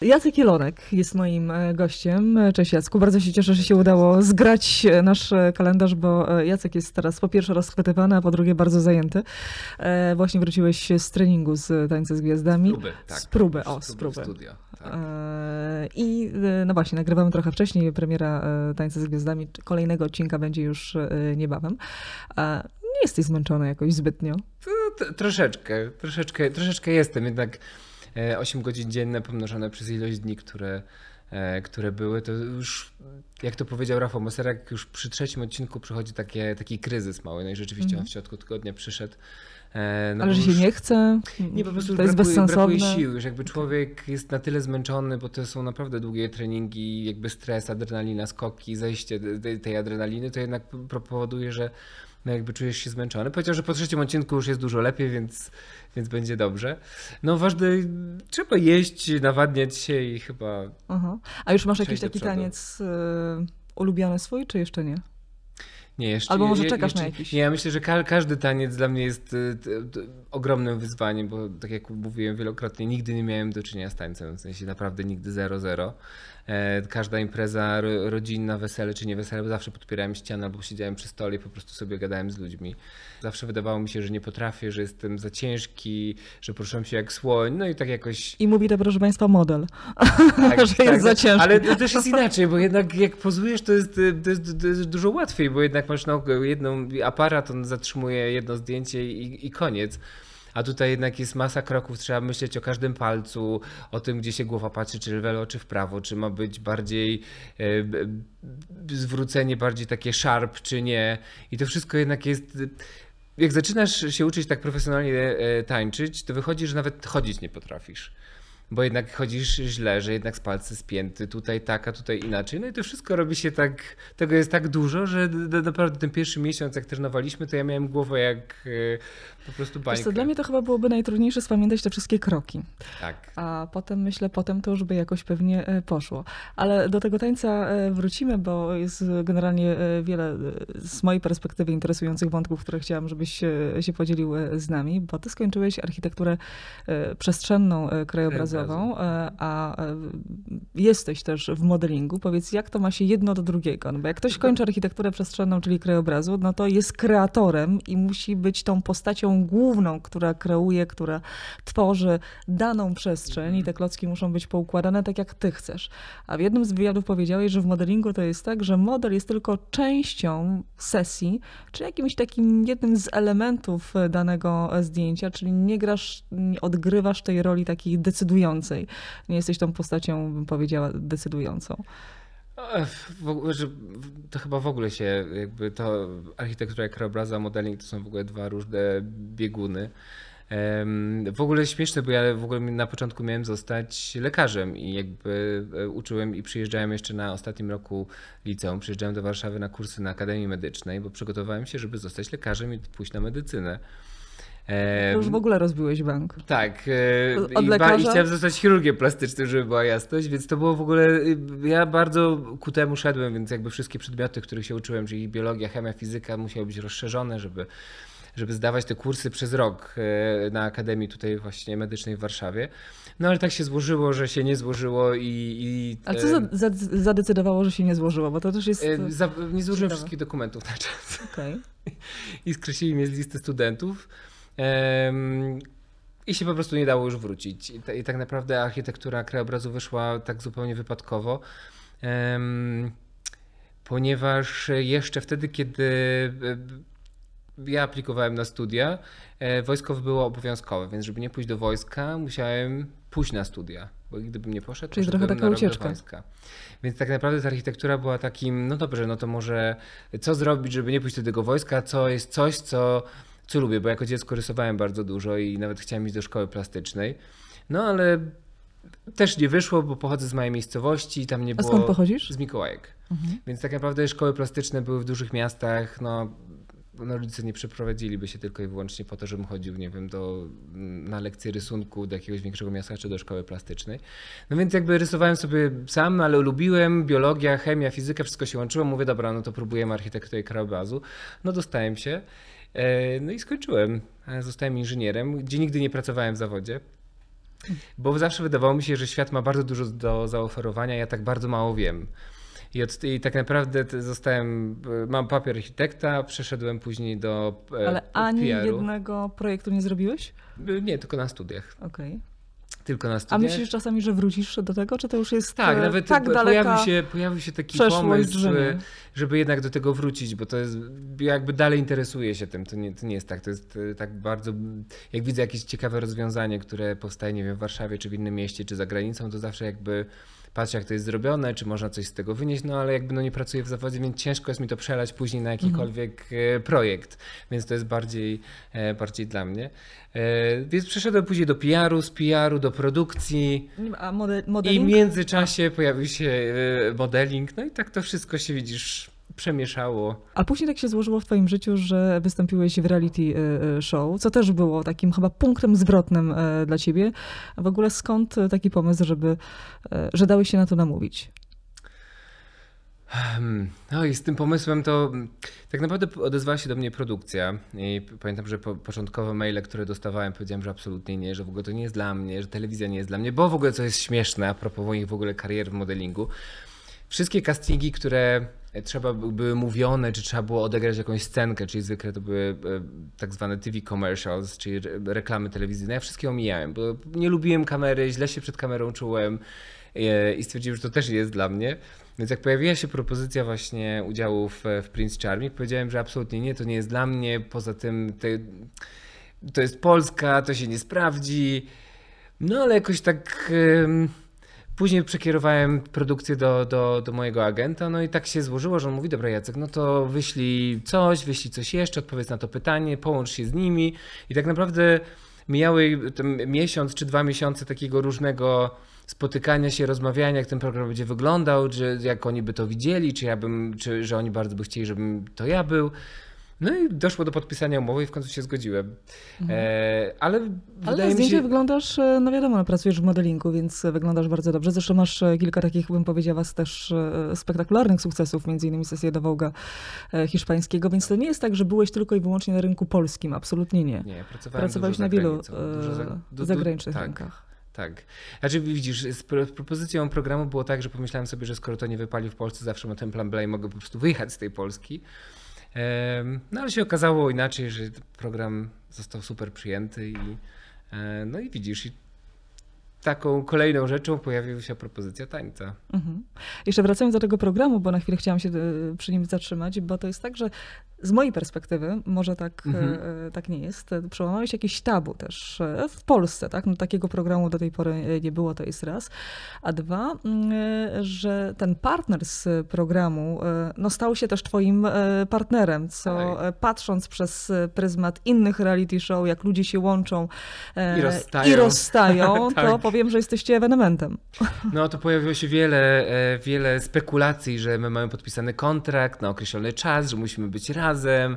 Jacek Jelonek jest moim gościem. Cześć Jacku, bardzo się cieszę, że się udało zgrać nasz kalendarz, bo Jacek jest teraz po pierwsze rozchwytywany, a po drugie bardzo zajęty. Właśnie wróciłeś z treningu z Tańca z Gwiazdami. Z próby, tak. Z próby. Studio, tak. I no właśnie, nagrywamy trochę wcześniej, premiera Tańca z Gwiazdami. Kolejnego odcinka będzie już niebawem. Nie jesteś zmęczony jakoś zbytnio? Troszeczkę jestem, jednak 8 godzin dzienne pomnożone przez ilość dni, które były, to już, jak to powiedział Rafał Moserek, już przy trzecim odcinku przychodzi taki kryzys mały, no i rzeczywiście on w środku tygodnia przyszedł. No ale że się nie chce? Nie, po prostu to jest brakuje bezsensowne. sił, już jakby człowiek jest na tyle zmęczony, bo to są naprawdę długie treningi, jakby stres, adrenalina, skoki, zejście tej adrenaliny, to jednak powoduje, że no jakby czujesz się zmęczony. Powiedział, że po trzecim odcinku już jest dużo lepiej, więc będzie dobrze. No ważne, trzeba jeść, nawadniać się i chyba... Aha. A już masz jakiś do taki przodu. taniec ulubiony swój, czy jeszcze nie? Nie, jeszcze, Albo może czekasz na jakiś? Nie, ja myślę, że każdy taniec dla mnie jest ogromnym wyzwaniem, bo tak jak mówiłem wielokrotnie, nigdy nie miałem do czynienia z tańcem, w sensie naprawdę nigdy 0-0. Każda impreza rodzinna, wesele czy nie wesele, zawsze podpierałem ścianę albo siedziałem przy stole i po prostu sobie gadałem z ludźmi. Zawsze wydawało mi się, że nie potrafię, że jestem za ciężki, że poruszam się jak słoń, no i tak jakoś... I mówi to, proszę Państwa, model, Tak, że jest za ciężki. Ale to też jest inaczej, bo jednak jak pozujesz, to jest dużo łatwiej, bo jednak masz jedną aparat, on zatrzymuje jedno zdjęcie i koniec. A tutaj jednak jest masa kroków, trzeba myśleć o każdym palcu, o tym, gdzie się głowa patrzy, czy w lewo, czy w prawo, czy ma być bardziej zwrócenie, bardziej takie sharp, czy nie. I to wszystko jednak jest... Jak zaczynasz się uczyć tak profesjonalnie tańczyć, to wychodzi, że nawet chodzić nie potrafisz. Bo jednak chodzisz źle, że jednak z palce spięty, tutaj tak, a tutaj inaczej. No i to wszystko robi się tak, tego jest tak dużo, że naprawdę ten pierwszy miesiąc, jak trenowaliśmy, to ja miałem głowę jak po prostu Wiesz bańkę. co, dla mnie to chyba byłoby najtrudniejsze spamiętać te wszystkie kroki. Tak. A potem myślę, to już by jakoś pewnie poszło. Ale do tego tańca wrócimy, bo jest generalnie wiele z mojej perspektywy interesujących wątków, które chciałam, żebyś się podzielił z nami, bo ty skończyłeś architekturę przestrzenną, krajobrazową, a jesteś też w modelingu. Powiedz, jak to ma się jedno do drugiego? No bo jak ktoś kończy architekturę przestrzenną, czyli krajobrazu, no to jest kreatorem i musi być tą postacią główną, która kreuje, która tworzy daną przestrzeń i te klocki muszą być poukładane tak, jak ty chcesz. A w jednym z wywiadów powiedziałeś, że w modelingu to jest tak, że model jest tylko częścią sesji, czy jakimś takim jednym z elementów danego zdjęcia, czyli nie grasz, nie odgrywasz tej roli takiej decydującej. Nie jesteś tą postacią, bym powiedziała, decydującą. To chyba w ogóle się jakby to architektura krajobrazu, a modeling to są w ogóle dwa różne bieguny. W ogóle śmieszne, bo ja w ogóle na początku miałem zostać lekarzem i jakby uczyłem i przyjeżdżałem jeszcze na ostatnim roku liceum, przyjeżdżałem do Warszawy na kursy na Akademii Medycznej, bo przygotowałem się, żeby zostać lekarzem i pójść na medycynę. To już w ogóle rozbiłeś bank. Tak. Od I lekarza? chciałem zostać chirurgiem plastycznym, żeby była jasność, więc to było w ogóle... Ja bardzo ku temu szedłem, więc jakby wszystkie przedmioty, których się uczyłem, czyli biologia, chemia, fizyka, musiały być rozszerzone, żeby zdawać te kursy przez rok na Akademii tutaj właśnie medycznej w Warszawie. No ale tak się złożyło, że się nie złożyło A co zadecydowało, że się nie złożyło? Bo to też jest... nie złożyłem ciekawe. wszystkich dokumentów na czas. Okej. I skreślili mnie z listy studentów. I się po prostu nie dało już wrócić. I tak naprawdę architektura krajobrazu wyszła tak zupełnie wypadkowo, ponieważ jeszcze wtedy, kiedy ja aplikowałem na studia, wojskowe było obowiązkowe, więc żeby nie pójść do wojska, musiałem pójść na studia, bo gdybym nie poszedł, Czyli to trochę szedłbym taka na rok do ucieczka. wojska. Więc tak naprawdę ta architektura była takim, no dobrze, no to może co zrobić, żeby nie pójść do tego wojska, co jest coś, co lubię, bo jako dziecko rysowałem bardzo dużo i nawet chciałem iść do szkoły plastycznej. No ale też nie wyszło, bo pochodzę z małej miejscowości, tam nie A było... skąd pochodzisz? Z Mikołajek. Więc tak naprawdę szkoły plastyczne były w dużych miastach, no rodzice nie przeprowadziliby się tylko i wyłącznie po to, żebym chodził, nie wiem, na lekcję rysunku do jakiegoś większego miasta czy do szkoły plastycznej. No więc jakby rysowałem sobie sam, ale lubiłem biologia, chemia, fizyka, wszystko się łączyło. Mówię, dobra, no to próbujemy architekturę krajobrazu. No dostałem się. No i skończyłem. Zostałem inżynierem, gdzie nigdy nie pracowałem w zawodzie. Bo zawsze wydawało mi się, że świat ma bardzo dużo do zaoferowania, ja tak bardzo mało wiem. I tak naprawdę mam papier architekta, przeszedłem później do Ale ani PR-u. jednego projektu nie zrobiłeś? Nie, tylko na studiach. Okej. Tylko na A studiach. myślisz czasami, że wrócisz do tego, czy to już jest Tak, nawet tak daleka pojawił się taki przeszłość, pomysł, że nie? żeby jednak do tego wrócić, bo to jest, jakby dalej interesuje się tym, to nie jest tak, to jest tak bardzo, jak widzę jakieś ciekawe rozwiązanie, które powstaje, nie wiem, w Warszawie, czy w innym mieście, czy za granicą, to zawsze jakby patrzę, jak to jest zrobione, czy można coś z tego wynieść, no ale jakby nie pracuję w zawodzie, więc ciężko jest mi to przelać później na jakikolwiek projekt, więc to jest bardziej dla mnie. Więc przeszedłem później do PR-u, z PR-u do produkcji A i modeling? w międzyczasie pojawił się modeling, no i tak to wszystko się, widzisz, przemieszało. A później tak się złożyło w twoim życiu, że wystąpiłeś w reality show, co też było takim chyba punktem zwrotnym dla ciebie. A w ogóle skąd taki pomysł, że dałeś się na to namówić? No i z tym pomysłem to tak naprawdę odezwała się do mnie produkcja i pamiętam, że początkowe maile, które dostawałem, powiedziałem, że absolutnie nie, że w ogóle to nie jest dla mnie, że telewizja nie jest dla mnie, bo w ogóle co jest śmieszne a propos moich w ogóle karier w modelingu. Wszystkie castingi, które były mówione, czy trzeba było odegrać jakąś scenkę, czyli zwykle to były tak zwane TV commercials, czyli reklamy telewizyjne, ja wszystkie omijałem, bo nie lubiłem kamery, źle się przed kamerą czułem i stwierdziłem, że to też jest dla mnie. Więc jak pojawiła się propozycja właśnie udziału w Prince Charming, powiedziałem, że absolutnie nie, to nie jest dla mnie, poza tym to jest Polska, to się nie sprawdzi. No ale jakoś tak później przekierowałem produkcję do mojego agenta, no i tak się złożyło, że on mówi, dobra Jacek, no to wyślij coś jeszcze, odpowiedz na to pytanie, połącz się z nimi i tak naprawdę mijały miesiąc czy 2 miesiące takiego różnego spotykania się, rozmawiania, jak ten program będzie wyglądał, jak oni by to widzieli, że oni bardzo by chcieli, żebym to ja był. No i doszło do podpisania umowy i w końcu się zgodziłem. Ale na wydaje mi zdjęciu się... wyglądasz, no wiadomo, no, pracujesz w modelingu, więc wyglądasz bardzo dobrze. Zresztą masz kilka takich, bym powiedziała, też spektakularnych sukcesów, między innymi sesję do Vogue'a hiszpańskiego, więc to nie jest tak, że byłeś tylko i wyłącznie na rynku polskim, absolutnie nie. Nie, Pracowałeś dużo na za wielu granicą, zagranicznych tak. rynkach. Tak. Znaczy widzisz, z propozycją programu było tak, że pomyślałem sobie, że skoro to nie wypali w Polsce, zawsze mam ten plan B i mogę po prostu wyjechać z tej Polski. No ale się okazało inaczej, że program został super przyjęty no i widzisz, taką kolejną rzeczą pojawiła się propozycja tańca. Mhm. Jeszcze wracając do tego programu, bo na chwilę chciałam się przy nim zatrzymać, bo to jest tak, że z mojej perspektywy, może tak nie jest, przełamałeś jakieś tabu też w Polsce, tak? No, takiego programu do tej pory nie było, to jest raz. A dwa, że ten partner z programu no, stał się też twoim partnerem, co patrząc przez pryzmat innych reality show, jak ludzie się łączą i rozstają tak. To powiem, że jesteście ewenementem. No to pojawiło się wiele spekulacji, że my mamy podpisany kontrakt na określony czas, że musimy być razem.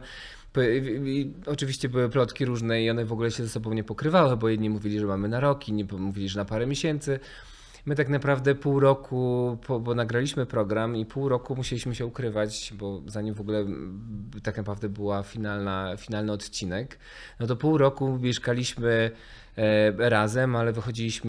I oczywiście były plotki różne i one w ogóle się ze sobą nie pokrywały, bo jedni mówili, że mamy na rok, inni mówili, że na parę miesięcy. My tak naprawdę pół roku, bo nagraliśmy program i pół roku musieliśmy się ukrywać, bo zanim w ogóle tak naprawdę była finalny odcinek, no to pół roku mieszkaliśmy razem, ale wychodziliśmy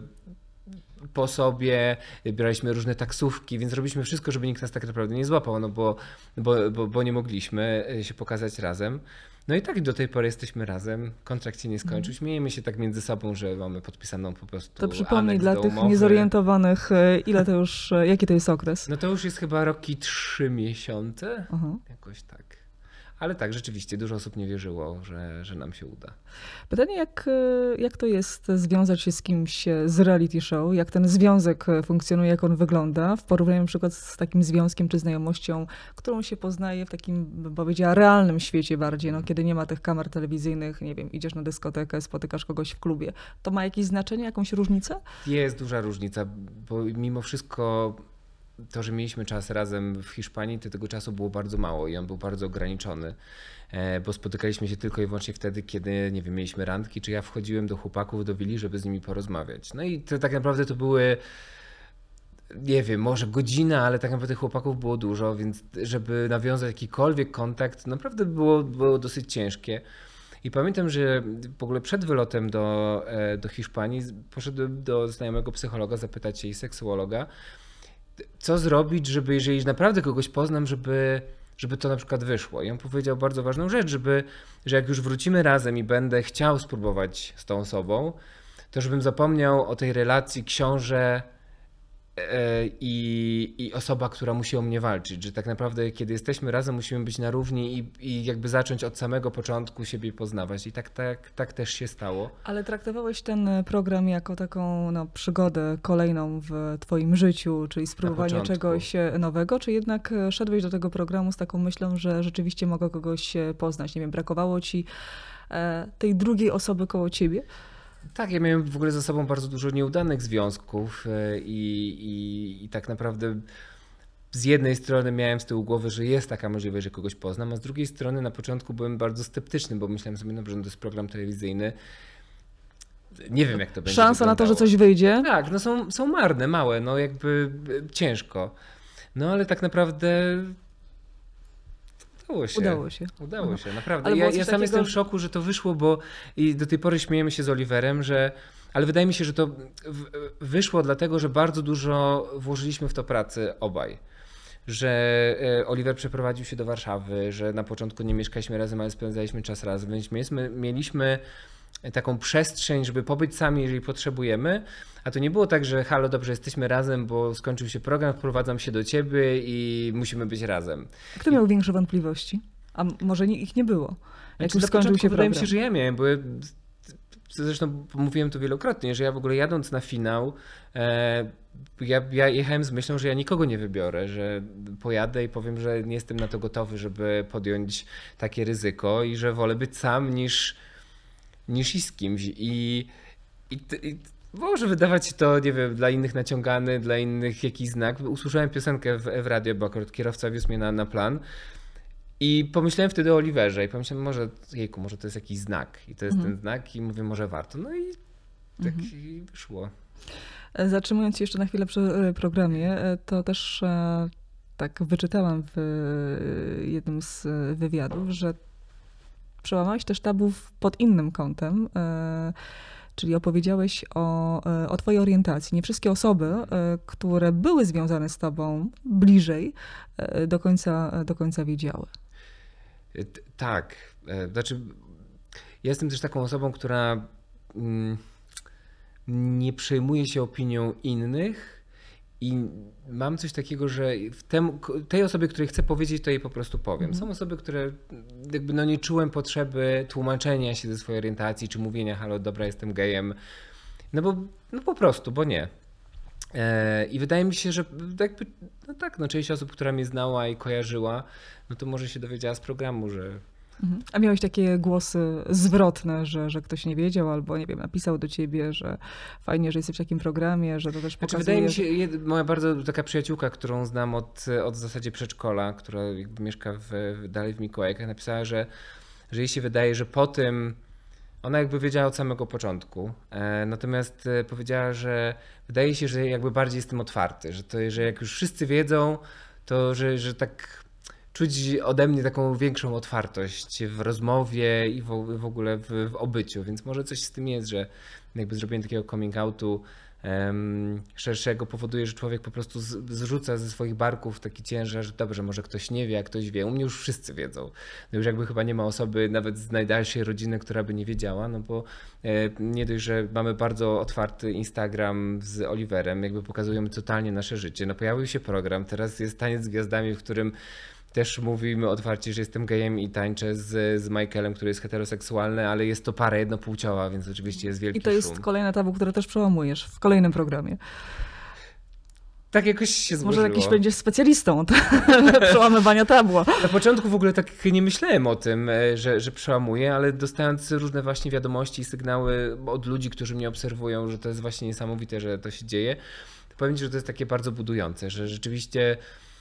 po sobie, braliśmy różne taksówki, więc robiliśmy wszystko, żeby nikt nas tak naprawdę nie złapał, no bo nie mogliśmy się pokazać razem. No i tak do tej pory jesteśmy razem, kontrakt się nie skończył, śmiejemy się tak między sobą, że mamy podpisaną po prostu To przypomnij dla tych umowy. niezorientowanych, jaki to jest okres? No to już jest chyba rok i 3 miesiące, Aha. jakoś tak. Ale tak, rzeczywiście dużo osób nie wierzyło, że nam się uda. Pytanie, jak to jest związać się z kimś z reality show, jak ten związek funkcjonuje, jak on wygląda, w porównaniu na przykład z takim związkiem czy znajomością, którą się poznaje w takim, bym powiedziała, realnym świecie bardziej, no, kiedy nie ma tych kamer telewizyjnych, nie wiem, idziesz na dyskotekę, spotykasz kogoś w klubie. To ma jakieś znaczenie, jakąś różnicę? Jest duża różnica, bo mimo wszystko to, że mieliśmy czas razem w Hiszpanii, to tego czasu było bardzo mało i on był bardzo ograniczony, bo spotykaliśmy się tylko i wyłącznie wtedy, kiedy, nie wiem, mieliśmy randki, czy ja wchodziłem do chłopaków do willi, żeby z nimi porozmawiać. No i to tak naprawdę to były, nie wiem, może godzina, ale tak naprawdę chłopaków było dużo, więc żeby nawiązać jakikolwiek kontakt, naprawdę było dosyć ciężkie. I pamiętam, że w ogóle przed wylotem do Hiszpanii poszedłem do znajomego psychologa zapytać się i seksuologa, co zrobić, żeby jeżeli naprawdę kogoś poznam, żeby to na przykład wyszło. I on powiedział bardzo ważną rzecz, że jak już wrócimy razem i będę chciał spróbować z tą osobą, to żebym zapomniał o tej relacji książę i osoba, która musi o mnie walczyć, że tak naprawdę kiedy jesteśmy razem, musimy być na równi i jakby zacząć od samego początku siebie poznawać. I tak też się stało. Ale traktowałeś ten program jako taką przygodę kolejną w twoim życiu, czyli spróbowanie czegoś nowego, czy jednak szedłeś do tego programu z taką myślą, że rzeczywiście mogę kogoś poznać? Nie wiem, brakowało ci tej drugiej osoby koło ciebie? Tak, ja miałem w ogóle za sobą bardzo dużo nieudanych związków i tak naprawdę z jednej strony miałem z tyłu głowy, że jest taka możliwość, że kogoś poznam, a z drugiej strony na początku byłem bardzo sceptyczny, bo myślałem sobie, no, że to jest program telewizyjny. Nie wiem, jak to będzie Szansa na to, że coś wyjdzie? Tak, no są marne, małe, no jakby ciężko. No ale tak naprawdę Udało się, naprawdę. Ja sam jestem w szoku, że to wyszło, bo i do tej pory śmiejemy się z Oliverem, ale wydaje mi się, że to wyszło dlatego, że bardzo dużo włożyliśmy w to pracy obaj. Że Oliver przeprowadził się do Warszawy, że na początku nie mieszkaliśmy razem, ale spędzaliśmy czas razem, więc mieliśmy taką przestrzeń, żeby pobyć sami, jeżeli potrzebujemy. A to nie było tak, że halo, dobrze, jesteśmy razem, bo skończył się program, wprowadzam się do ciebie i musimy być razem. Kto miał większe wątpliwości? A może ich nie było? Jak już skończył się program? Wydaje mi się, że ja miałem, bo zresztą mówiłem to wielokrotnie, że ja w ogóle jadąc na finał, ja jechałem z myślą, że ja nikogo nie wybiorę, że pojadę i powiem, że nie jestem na to gotowy, żeby podjąć takie ryzyko i że wolę być sam niż iść z kimś. I może wydawać się to, nie wiem, dla innych naciągany, dla innych jakiś znak. Usłyszałem piosenkę w radio, bo akurat kierowca wiózł mnie na plan. I pomyślałem wtedy o Oliverze i pomyślałem, może to jest jakiś znak. I to jest ten znak i mówię, może warto. No i tak wyszło. Zatrzymując się jeszcze na chwilę przy programie, to też tak wyczytałam w jednym z wywiadów, że przełamałeś też tabu pod innym kątem, czyli opowiedziałeś o twojej orientacji. Nie wszystkie osoby, które były związane z tobą bliżej, do końca wiedziały. Tak. Znaczy, ja jestem też taką osobą, która nie przejmuje się opinią innych i mam coś takiego, że tej osobie, której chcę powiedzieć, to jej po prostu powiem. Są osoby, które jakby nie czułem potrzeby tłumaczenia się ze swojej orientacji, czy mówienia, halo, dobra, jestem gejem, no po prostu, bo nie. I wydaje mi się, że jakby, część osób, która mnie znała i kojarzyła, no to może się dowiedziała z programu, że... A miałeś takie głosy zwrotne, że ktoś nie wiedział albo, nie wiem, napisał do ciebie, że fajnie, że jesteś w takim programie, że to też pokazuje... Wydaje mi się, moja bardzo taka przyjaciółka, którą znam od w zasadzie przedszkola, która jakby mieszka dalej w Mikołajkach, napisała, że jej się wydaje, że po tym ona jakby wiedziała od samego początku, natomiast powiedziała, że wydaje się, że jakby bardziej jestem otwarty, że jak już wszyscy wiedzą, to że tak czuć ode mnie taką większą otwartość w rozmowie i w ogóle w obyciu, więc może coś z tym jest, że jakby zrobienie takiego coming outu szerszego powoduje, że człowiek po prostu zrzuca ze swoich barków taki ciężar, że dobrze, może ktoś nie wie, a ktoś wie. U mnie już wszyscy wiedzą. No już jakby chyba nie ma osoby nawet z najdalszej rodziny, która by nie wiedziała, no bo nie dość, że mamy bardzo otwarty Instagram z Oliverem, jakby pokazujemy totalnie nasze życie. No pojawił się program, teraz jest Taniec z Gwiazdami, w którym też mówimy otwarcie, że jestem gejem i tańczę z Michaelem, który jest heteroseksualny, ale jest to para jednopłciowa, więc oczywiście jest wielki szum. I to jest kolejne tabu, które też przełamujesz w kolejnym programie. Tak jakoś się złożyło. Może jakiś będziesz specjalistą od przełamywania tabu. Na początku w ogóle tak nie myślałem o tym, że przełamuję, ale dostając różne właśnie wiadomości i sygnały od ludzi, którzy mnie obserwują, że to jest właśnie niesamowite, że to się dzieje, to powiem ci, że to jest takie bardzo budujące, że rzeczywiście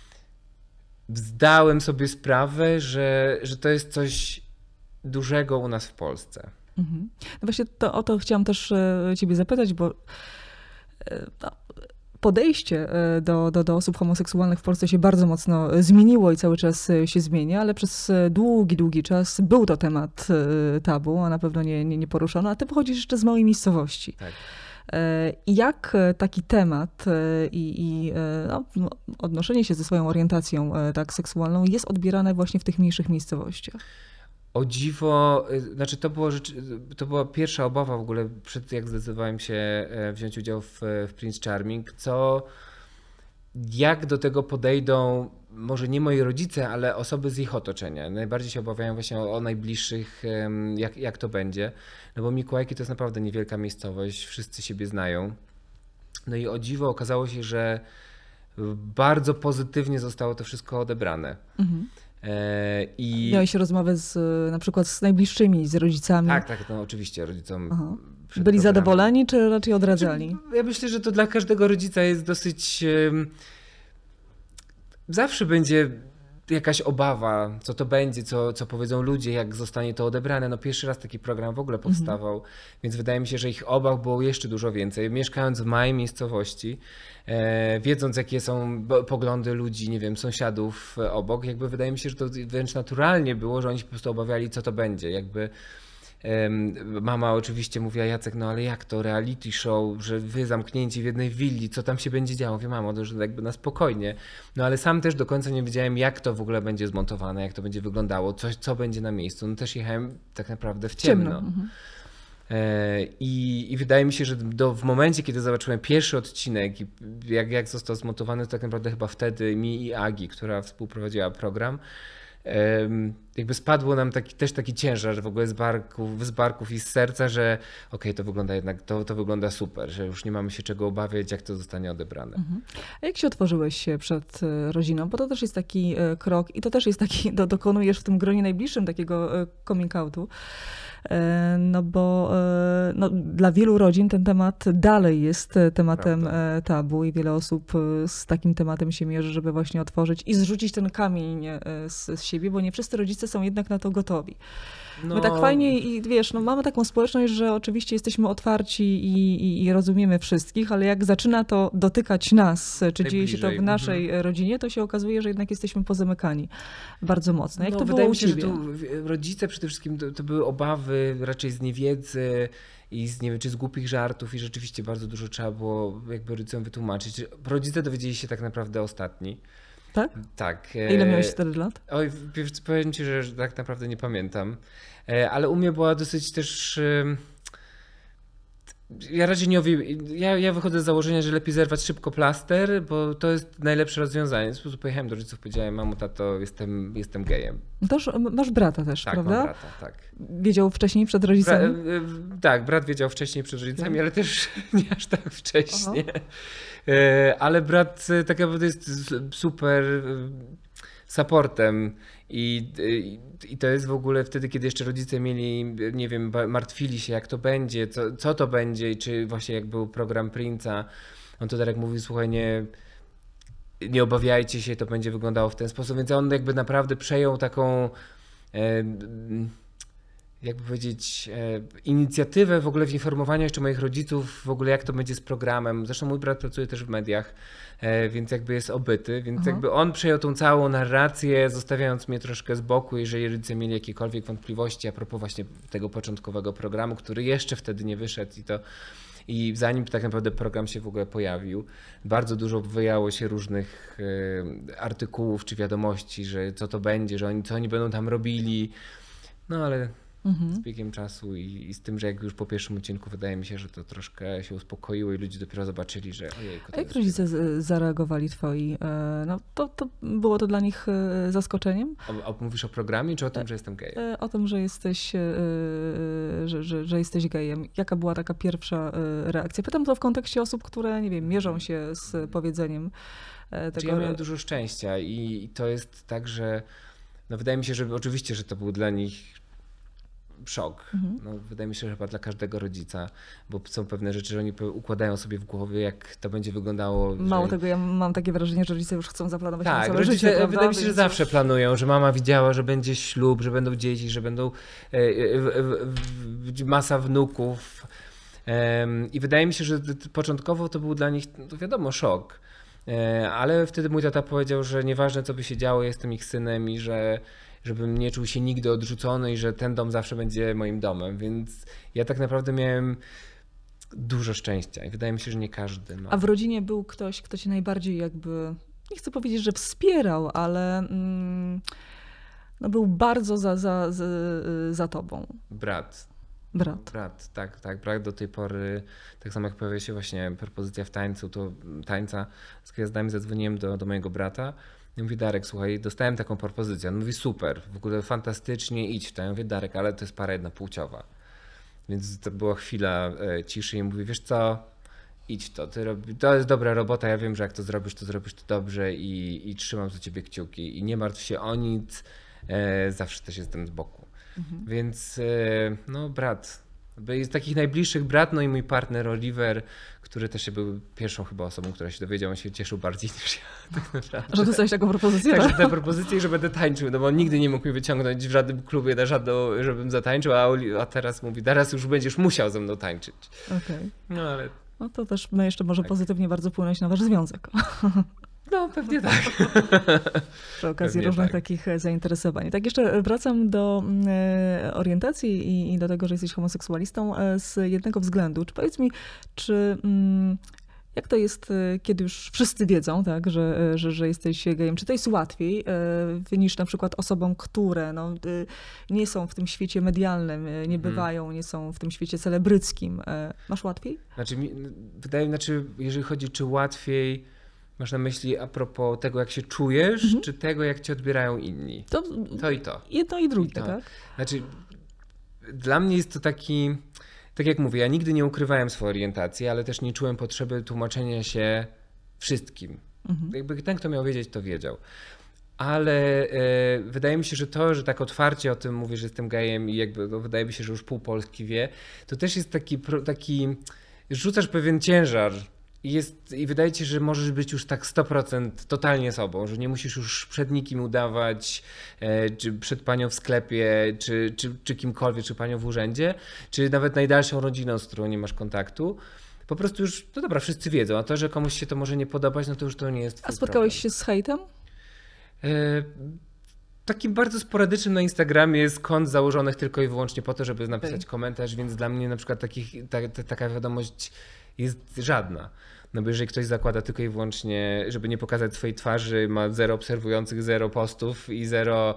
zdałem sobie sprawę, że to jest coś dużego u nas w Polsce. No właśnie o to chciałam też ciebie zapytać, bo podejście do osób homoseksualnych w Polsce się bardzo mocno zmieniło i cały czas się zmienia, ale przez długi czas był to temat tabu, a na pewno nie poruszono. A ty pochodzisz jeszcze z małej miejscowości. Tak. I jak taki temat i odnoszenie się ze swoją orientacją tak seksualną jest odbierane właśnie w tych mniejszych miejscowościach? O dziwo, znaczy to była pierwsza obawa w ogóle przed jak zdecydowałem się wziąć udział w Prince Charming, jak do tego podejdą może nie moi rodzice, ale osoby z ich otoczenia. Najbardziej się obawiają właśnie o najbliższych, jak to będzie. No bo Mikołajki to jest naprawdę niewielka miejscowość, wszyscy siebie znają. No i o dziwo okazało się, że bardzo pozytywnie zostało to wszystko odebrane. Mhm. I miałeś rozmowę na przykład z najbliższymi, z rodzicami? Tak, no oczywiście rodzicom. Byli zadowoleni, czy raczej odradzali? Ja myślę, że to dla każdego rodzica jest dosyć... Zawsze będzie jakaś obawa, co to będzie, co powiedzą ludzie, jak zostanie to odebrane. No pierwszy raz taki program w ogóle powstawał, więc wydaje mi się, że ich obaw było jeszcze dużo więcej. Mieszkając w małej miejscowości, wiedząc jakie są poglądy ludzi, nie wiem, sąsiadów obok, jakby wydaje mi się, że to wręcz naturalnie było, że oni się po prostu obawiali, co to będzie. Jakby mama oczywiście mówiła, Jacek, no ale jak to reality show, że wy zamknięci w jednej willi, co tam się będzie działo? Mówię, mamo, to już jakby na spokojnie. No ale sam też do końca nie wiedziałem, jak to w ogóle będzie zmontowane, jak to będzie wyglądało, co będzie na miejscu. No też jechałem tak naprawdę w ciemno. I wydaje mi się, że w momencie, kiedy zobaczyłem pierwszy odcinek i jak został zmontowany, to tak naprawdę chyba wtedy mi i Agi, która współprowadziła program, jakby spadło nam taki ciężar w ogóle z barków i z serca, że okej, to wygląda jednak, to wygląda super, że już nie mamy się czego obawiać, jak to zostanie odebrane. A jak się otworzyłeś przed rodziną? Bo to też jest taki krok i to też jest taki, dokonujesz w tym gronie najbliższym takiego coming outu. No bo dla wielu rodzin ten temat dalej jest tematem tabu i wiele osób z takim tematem się mierzy, żeby właśnie otworzyć i zrzucić ten kamień z siebie, bo nie wszyscy rodzice są jednak na to gotowi. My tak fajnie i wiesz, mamy taką społeczność, że oczywiście jesteśmy otwarci i rozumiemy wszystkich, ale jak zaczyna to dotykać nas, czy dzieje się to w naszej rodzinie, to się okazuje, że jednak jesteśmy pozamykani bardzo mocno. Jak to było u ciebie? Wydaje mi się, że rodzice przede wszystkim to były obawy raczej z niewiedzy i nie wiem, czy z głupich żartów i rzeczywiście bardzo dużo trzeba było jakby rodzicom wytłumaczyć. Rodzice dowiedzieli się tak naprawdę ostatni. Tak? Tak. Ile miałeś wtedy lat? Oj, powiem ci, że tak naprawdę nie pamiętam. Ale u mnie była dosyć też... Ja raczej nie ja wychodzę z założenia, że lepiej zerwać szybko plaster, bo to jest najlepsze rozwiązanie. W sposób pojechałem do rodziców, powiedziałem, mamo, tato, jestem gejem. Toż masz brata też, tak, prawda? Mam brata, tak. Wiedział wcześniej przed rodzicami? Tak, brat wiedział wcześniej przed rodzicami, ale też nie aż tak wcześnie. Ale brat tak naprawdę jest super supportem i to jest w ogóle wtedy, kiedy jeszcze rodzice mieli, nie wiem, martwili się jak to będzie, co to będzie i czy właśnie jak był program Prince'a, on to Darek mówił, słuchaj, nie obawiajcie się, to będzie wyglądało w ten sposób, więc on jakby naprawdę przejął taką jakby powiedzieć, inicjatywę w ogóle w informowaniu jeszcze moich rodziców w ogóle jak to będzie z programem. Zresztą mój brat pracuje też w mediach, więc jakby jest obyty, więc jakby on przejął tą całą narrację, zostawiając mnie troszkę z boku, jeżeli rodzice mieli jakiekolwiek wątpliwości a propos właśnie tego początkowego programu, który jeszcze wtedy nie wyszedł i zanim tak naprawdę program się w ogóle pojawił, bardzo dużo wyjało się różnych artykułów czy wiadomości, że co to będzie, że co oni będą tam robili, no ale z biegiem czasu i z tym, że jak już po pierwszym odcinku wydaje mi się, że to troszkę się uspokoiło i ludzie dopiero zobaczyli, że ojejku. A jak rodzice zareagowali twoi? No to było to dla nich zaskoczeniem? Mówisz o programie, czy o tym, że jestem gejem? O tym, że jesteś, że jesteś gejem. Jaka była taka pierwsza reakcja? Pytam to w kontekście osób, które, nie wiem, mierzą się z powiedzeniem tego. Ja miałem dużo szczęścia i to jest tak, że no wydaje mi się, że oczywiście, że to był dla nich szok. No, wydaje mi się, że chyba dla każdego rodzica, bo są pewne rzeczy, że oni układają sobie w głowie, jak to będzie wyglądało. Mało tego, ja mam takie wrażenie, że rodzice już chcą zaplanować tak, całe życie, prawda? Wydaje mi się, że zawsze planują, że mama widziała, że będzie ślub, że będą dzieci, że będą masa wnuków. I wydaje mi się, że początkowo to był dla nich, no wiadomo, szok. Ale wtedy mój tata powiedział, że nieważne co by się działo, jestem ich synem i że żebym nie czuł się nigdy odrzucony i że ten dom zawsze będzie moim domem. Więc ja tak naprawdę miałem dużo szczęścia i wydaje mi się, że nie każdy ma. A w rodzinie był ktoś, kto cię najbardziej jakby, nie chcę powiedzieć, że wspierał, ale no był bardzo za tobą. Brat. Brat. Brat, tak. Brat do tej pory, tak samo jak pojawia się właśnie propozycja w tańcu, to tańca z gwiazdami, zadzwoniłem do mojego brata i mówi: Darek, słuchaj, dostałem taką propozycję. On mówi: super, w ogóle fantastycznie, idź w to. Ja mówię: Darek, ale to jest para jednopłciowa. Więc to była chwila ciszy i mówi: wiesz co, idź to, to jest dobra robota, ja wiem, że jak to zrobisz to dobrze i trzymam za ciebie kciuki i nie martw się o nic, zawsze też jestem z boku. Więc no brat, z takich najbliższych brat, no i mój partner Oliver, który też był pierwszą chyba osobą, która się dowiedział, on się cieszył bardziej niż ja tak naprawdę. Że dostałeś taką propozycję? Tak, że tę propozycję i że będę tańczył, no bo on nigdy nie mógł mnie wyciągnąć w żadnym klubie na żadną, żebym zatańczył, a teraz mówi: teraz już będziesz musiał ze mną tańczyć. Okej. No ale... No to też jeszcze może pozytywnie bardzo wpłynąć na wasz związek. No pewnie tak. Przy okazji Pewnie różnych tak. takich zainteresowań. Tak jeszcze wracam do orientacji i do tego, że jesteś homoseksualistą z jednego względu. Czy powiedz mi, jak to jest, kiedy już wszyscy wiedzą, tak, że jesteś gejem? Czy to jest łatwiej niż na przykład osobom, które no, nie są w tym świecie medialnym, nie bywają, nie są w tym świecie celebryckim? Masz łatwiej? Znaczy, jeżeli chodzi, czy łatwiej, masz na myśli a propos tego, jak się czujesz, czy tego, jak cię odbierają inni? To i to. Jedno i drugie, I to. tak? Znaczy, dla mnie jest to taki, tak jak mówię, ja nigdy nie ukrywałem swojej orientacji, ale też nie czułem potrzeby tłumaczenia się wszystkim. Jakby ten, kto miał wiedzieć, to wiedział. Ale wydaje mi się, że to, że tak otwarcie o tym mówię, że jestem gejem i jakby wydaje mi się, że już pół Polski wie, to też jest taki rzucasz pewien ciężar. I wydaje ci się, że możesz być już tak 100% totalnie sobą, że nie musisz już przed nikim udawać, czy przed panią w sklepie, czy kimkolwiek, czy panią w urzędzie, czy nawet najdalszą rodziną, z którą nie masz kontaktu. Po prostu już, no dobra, wszyscy wiedzą, a to, że komuś się to może nie podobać, no to już to nie jest twój A spotkałeś problem. się z hejtem? Takim bardzo sporadycznym na Instagramie jest kont założonych tylko i wyłącznie po to, żeby napisać komentarz, więc dla mnie na przykład taka wiadomość jest żadna. No bo jeżeli ktoś zakłada tylko i wyłącznie, żeby nie pokazać swojej twarzy, ma 0 obserwujących, 0 postów i 0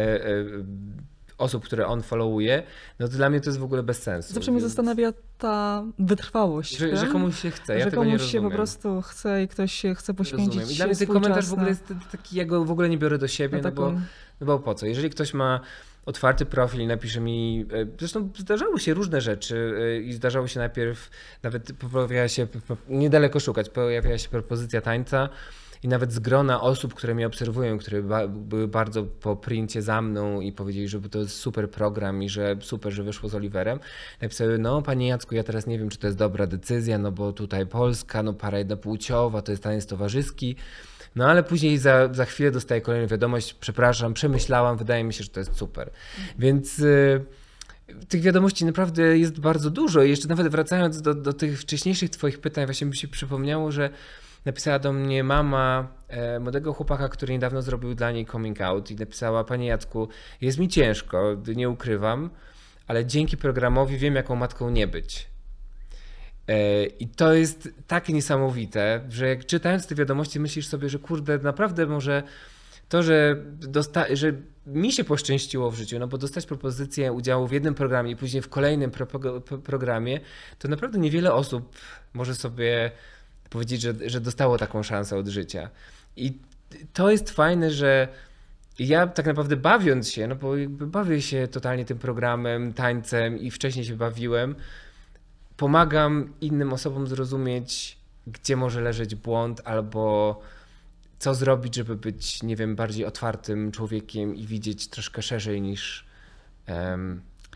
osób, które on followuje, no to dla mnie to jest w ogóle bez sensu. Zawsze mnie zastanawia ta wytrwałość. Że komuś się chce, ja że tego nie komuś rozumiem. się po prostu chce i ktoś się chce poświęcić. Rozumiem. I dla mnie ten swój komentarz czas w ogóle jest taki, ja go w ogóle nie biorę do siebie, no bo po co? Jeżeli ktoś ma otwarty profil i napisze mi, zresztą zdarzały się różne rzeczy i zdarzało się najpierw, nawet niedaleko szukać, pojawiała się propozycja tańca i nawet z grona osób, które mnie obserwują, które były bardzo po princie za mną i powiedzieli, że to jest super program i że super, że wyszło z Oliverem, napisały: no panie Jacku, ja teraz nie wiem, czy to jest dobra decyzja, no bo tutaj Polska, no para jednopłciowa, to jest taniec towarzyski. No ale później za chwilę dostaję kolejną wiadomość: przepraszam, przemyślałam, wydaje mi się, że to jest super. Więc tych wiadomości naprawdę jest bardzo dużo. I jeszcze nawet wracając do tych wcześniejszych twoich pytań, właśnie mi się przypomniało, że napisała do mnie mama młodego chłopaka, który niedawno zrobił dla niej coming out i napisała: panie Jacku, jest mi ciężko, nie ukrywam, ale dzięki programowi wiem, jaką matką nie być. I to jest tak niesamowite, że jak czytając te wiadomości myślisz sobie, że kurde, naprawdę może to, że mi się poszczęściło w życiu, no bo dostać propozycję udziału w jednym programie i później w kolejnym programie, to naprawdę niewiele osób może sobie powiedzieć, że dostało taką szansę od życia. I to jest fajne, że ja tak naprawdę bawiąc się, no bo jakby bawię się totalnie tym programem, tańcem i wcześniej się bawiłem, pomagam innym osobom zrozumieć, gdzie może leżeć błąd albo co zrobić, żeby być, nie wiem, bardziej otwartym człowiekiem i widzieć troszkę szerzej niż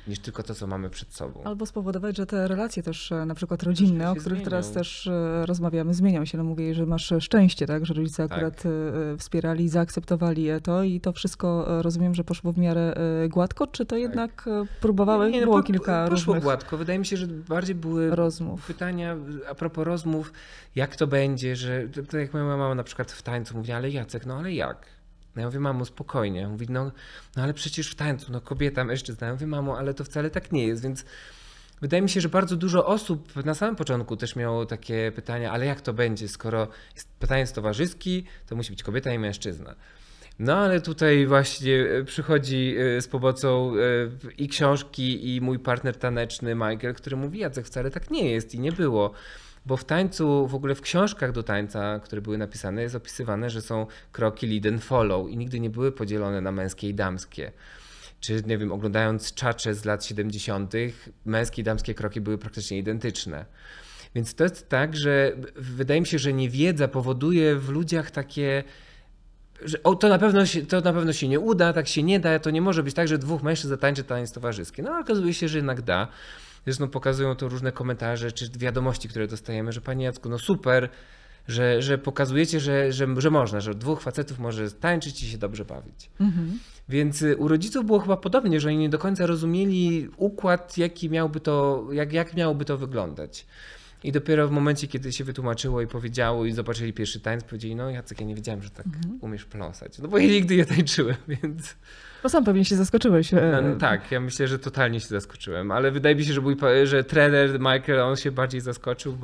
niż tylko to, co mamy przed sobą. Albo spowodować, że te relacje też na przykład rodzinne, o których teraz też rozmawiamy, zmienią się. No mówię, że masz szczęście, tak, że rodzice akurat wspierali, zaakceptowali to i to wszystko rozumiem, że poszło w miarę gładko, czy to jednak próbowałeś, było kilka poszło różnych gładko. Wydaje mi się, że bardziej były rozmów. Pytania a propos rozmów, jak to będzie, że to jak moja mama na przykład w tańcu mówi, ale Jacek, no ale jak? No ja mówię, mamo, spokojnie. Mówi, no ale przecież w tańcu, no kobieta, mężczyzna. Ja mówię, mamo, ale to wcale tak nie jest, więc wydaje mi się, że bardzo dużo osób na samym początku też miało takie pytania, ale jak to będzie, skoro jest pytanie towarzyski, to musi być kobieta i mężczyzna. No ale tutaj właśnie przychodzi z pomocą i książki, i mój partner taneczny Michael, który mówi, Jacek, wcale tak nie jest i nie było. Bo w tańcu, w ogóle w książkach do tańca, które były napisane, jest opisywane, że są kroki lead and follow i nigdy nie były podzielone na męskie i damskie. Czy nie wiem, oglądając Czacze z lat 70., męskie i damskie kroki były praktycznie identyczne. Więc to jest tak, że wydaje mi się, że niewiedza powoduje w ludziach takie, że to na pewno się nie uda, tak się nie da, to nie może być tak, że dwóch mężczyzn zatańczy taniec towarzyski. No okazuje się, że jednak da. Zresztą pokazują to różne komentarze czy wiadomości, które dostajemy, że panie Jacku, no super, że pokazujecie, że można, że dwóch facetów może tańczyć i się dobrze bawić. Mhm. Więc u rodziców było chyba podobnie, że oni nie do końca rozumieli układ, jak miałoby to wyglądać. I dopiero w momencie, kiedy się wytłumaczyło i powiedziało i zobaczyli pierwszy tańc, powiedzieli, no Jacek, ja nie wiedziałem, że tak umiesz pląsać. No bo ja nigdy nie tańczyłem, więc... No sam pewnie się zaskoczyłeś. No, tak, ja myślę, że totalnie się zaskoczyłem, ale wydaje mi się, że trener Michael, on się bardziej zaskoczył,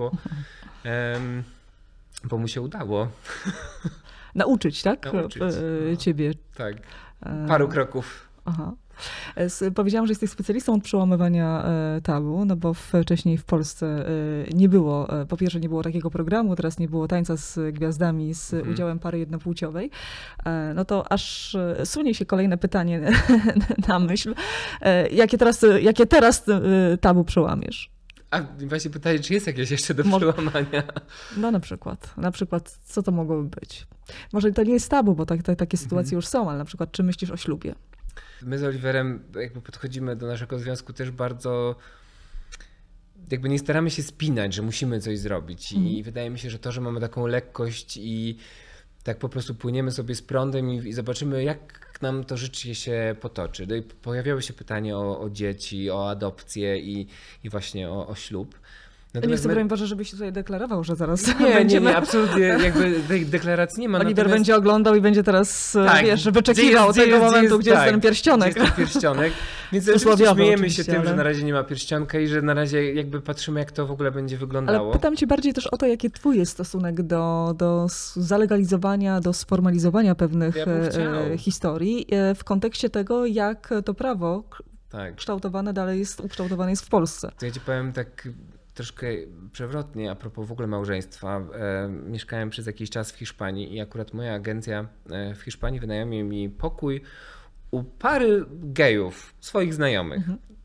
bo mu się udało. Nauczyć, tak? Nauczyć. Ciebie. Tak, paru kroków. Aha. Powiedziałam, że jesteś specjalistą od przełamywania tabu, no bo wcześniej w Polsce nie było, po pierwsze nie było takiego programu, teraz nie było tańca z gwiazdami z udziałem pary jednopłciowej. No to aż sunie się kolejne pytanie na myśl. Jakie teraz tabu przełamiesz? A właśnie pytanie, czy jest jakieś jeszcze do przełamania? No na przykład co to mogłoby być? Może to nie jest tabu, bo takie sytuacje już są, ale na przykład czy myślisz o ślubie? My z Oliverem jakby podchodzimy do naszego związku też bardzo, jakby nie staramy się spinać, że musimy coś zrobić i wydaje mi się, że to, że mamy taką lekkość i tak po prostu płyniemy sobie z prądem i zobaczymy, jak nam to życie się potoczy. No i pojawiały się pytania o dzieci, o adopcję i właśnie o ślub. Natomiast nie chcę, broń Boże, żebyś tutaj deklarował, że zaraz Nie, absolutnie jakby tej deklaracji nie ma. Oliver będzie oglądał i będzie teraz, wyczekiwał tego momentu, gdzie jest ten pierścionek. Gdzie jest ten pierścionek. Więc oczywiście śmiejemy się tym, że na razie nie ma pierścionka i że na razie jakby patrzymy, jak to w ogóle będzie wyglądało. Ale pytam cię bardziej też o to, jaki twój jest stosunek do zalegalizowania, do sformalizowania pewnych historii w kontekście tego, jak to prawo kształtowane dalej jest, ukształtowane jest w Polsce. To ja ci powiem tak troszkę przewrotnie a propos w ogóle małżeństwa. Mieszkałem przez jakiś czas w Hiszpanii i akurat moja agencja w Hiszpanii wynajmie mi pokój u pary gejów, swoich znajomych.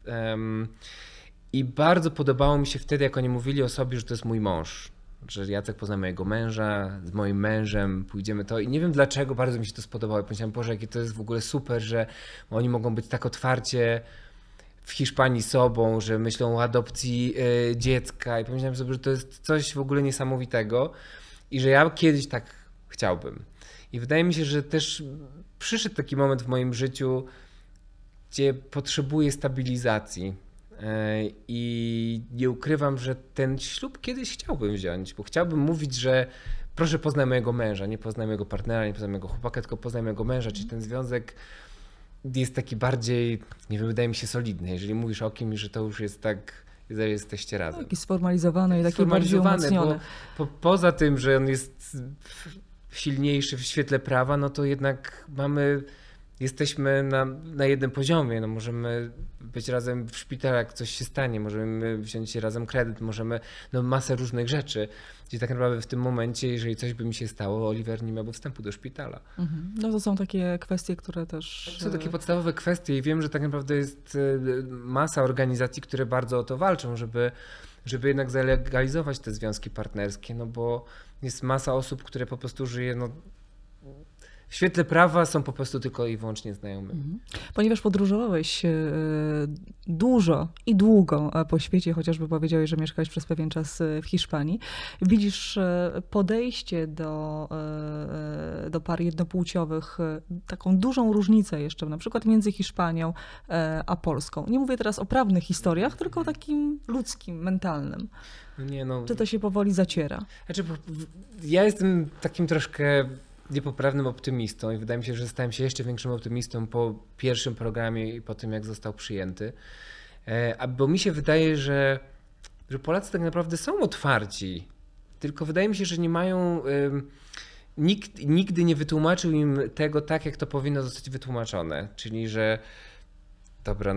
I bardzo podobało mi się wtedy, jak oni mówili o sobie, że to jest mój mąż. Że Jacek pozna mojego męża, z moim mężem pójdziemy to. I nie wiem dlaczego, bardzo mi się to spodobało. I pomyślałem, Boże, jakie to jest w ogóle super, że oni mogą być tak otwarcie w Hiszpanii sobą, że myślą o adopcji dziecka i pomyślałem sobie, że to jest coś w ogóle niesamowitego i że ja kiedyś tak chciałbym. I wydaje mi się, że też przyszedł taki moment w moim życiu, gdzie potrzebuję stabilizacji i nie ukrywam, że ten ślub kiedyś chciałbym wziąć, bo chciałbym mówić, że proszę poznaj mojego męża, nie poznaj mojego partnera, nie poznaj mojego chłopaka, tylko poznaj mojego męża, czyli ten związek jest taki bardziej, nie wiem, wydaje mi się solidny. Jeżeli mówisz o kimś, że to już jest tak, że jesteście razem. Taki sformalizowany i taki bardziej umocniony. Bo poza tym, że on jest silniejszy w świetle prawa, no to jednak jesteśmy na jednym poziomie. No możemy być razem w szpitalu, jak coś się stanie, możemy wziąć razem kredyt, możemy masę różnych rzeczy. Gdzie tak naprawdę w tym momencie, jeżeli coś by mi się stało, Oliver nie miałby wstępu do szpitala. No to są takie kwestie, które też... To są takie podstawowe kwestie i wiem, że tak naprawdę jest masa organizacji, które bardzo o to walczą, żeby jednak zalegalizować te związki partnerskie, no bo jest masa osób, które po prostu żyje w świetle prawa są po prostu tylko i wyłącznie znajomymi. Ponieważ podróżowałeś dużo i długo po świecie, chociażby powiedziałeś, że mieszkałeś przez pewien czas w Hiszpanii, widzisz podejście do par jednopłciowych, taką dużą różnicę jeszcze, na przykład między Hiszpanią a Polską. Nie mówię teraz o prawnych historiach, tylko o takim ludzkim, mentalnym. Czy to się powoli zaciera? Znaczy, ja jestem takim troszkę niepoprawnym optymistą i wydaje mi się, że stałem się jeszcze większym optymistą po pierwszym programie i po tym, jak został przyjęty. Bo mi się wydaje, że Polacy tak naprawdę są otwarci, tylko wydaje mi się, że nie mają... Nikt nigdy nie wytłumaczył im tego tak, jak to powinno zostać wytłumaczone. Czyli, że dobra, no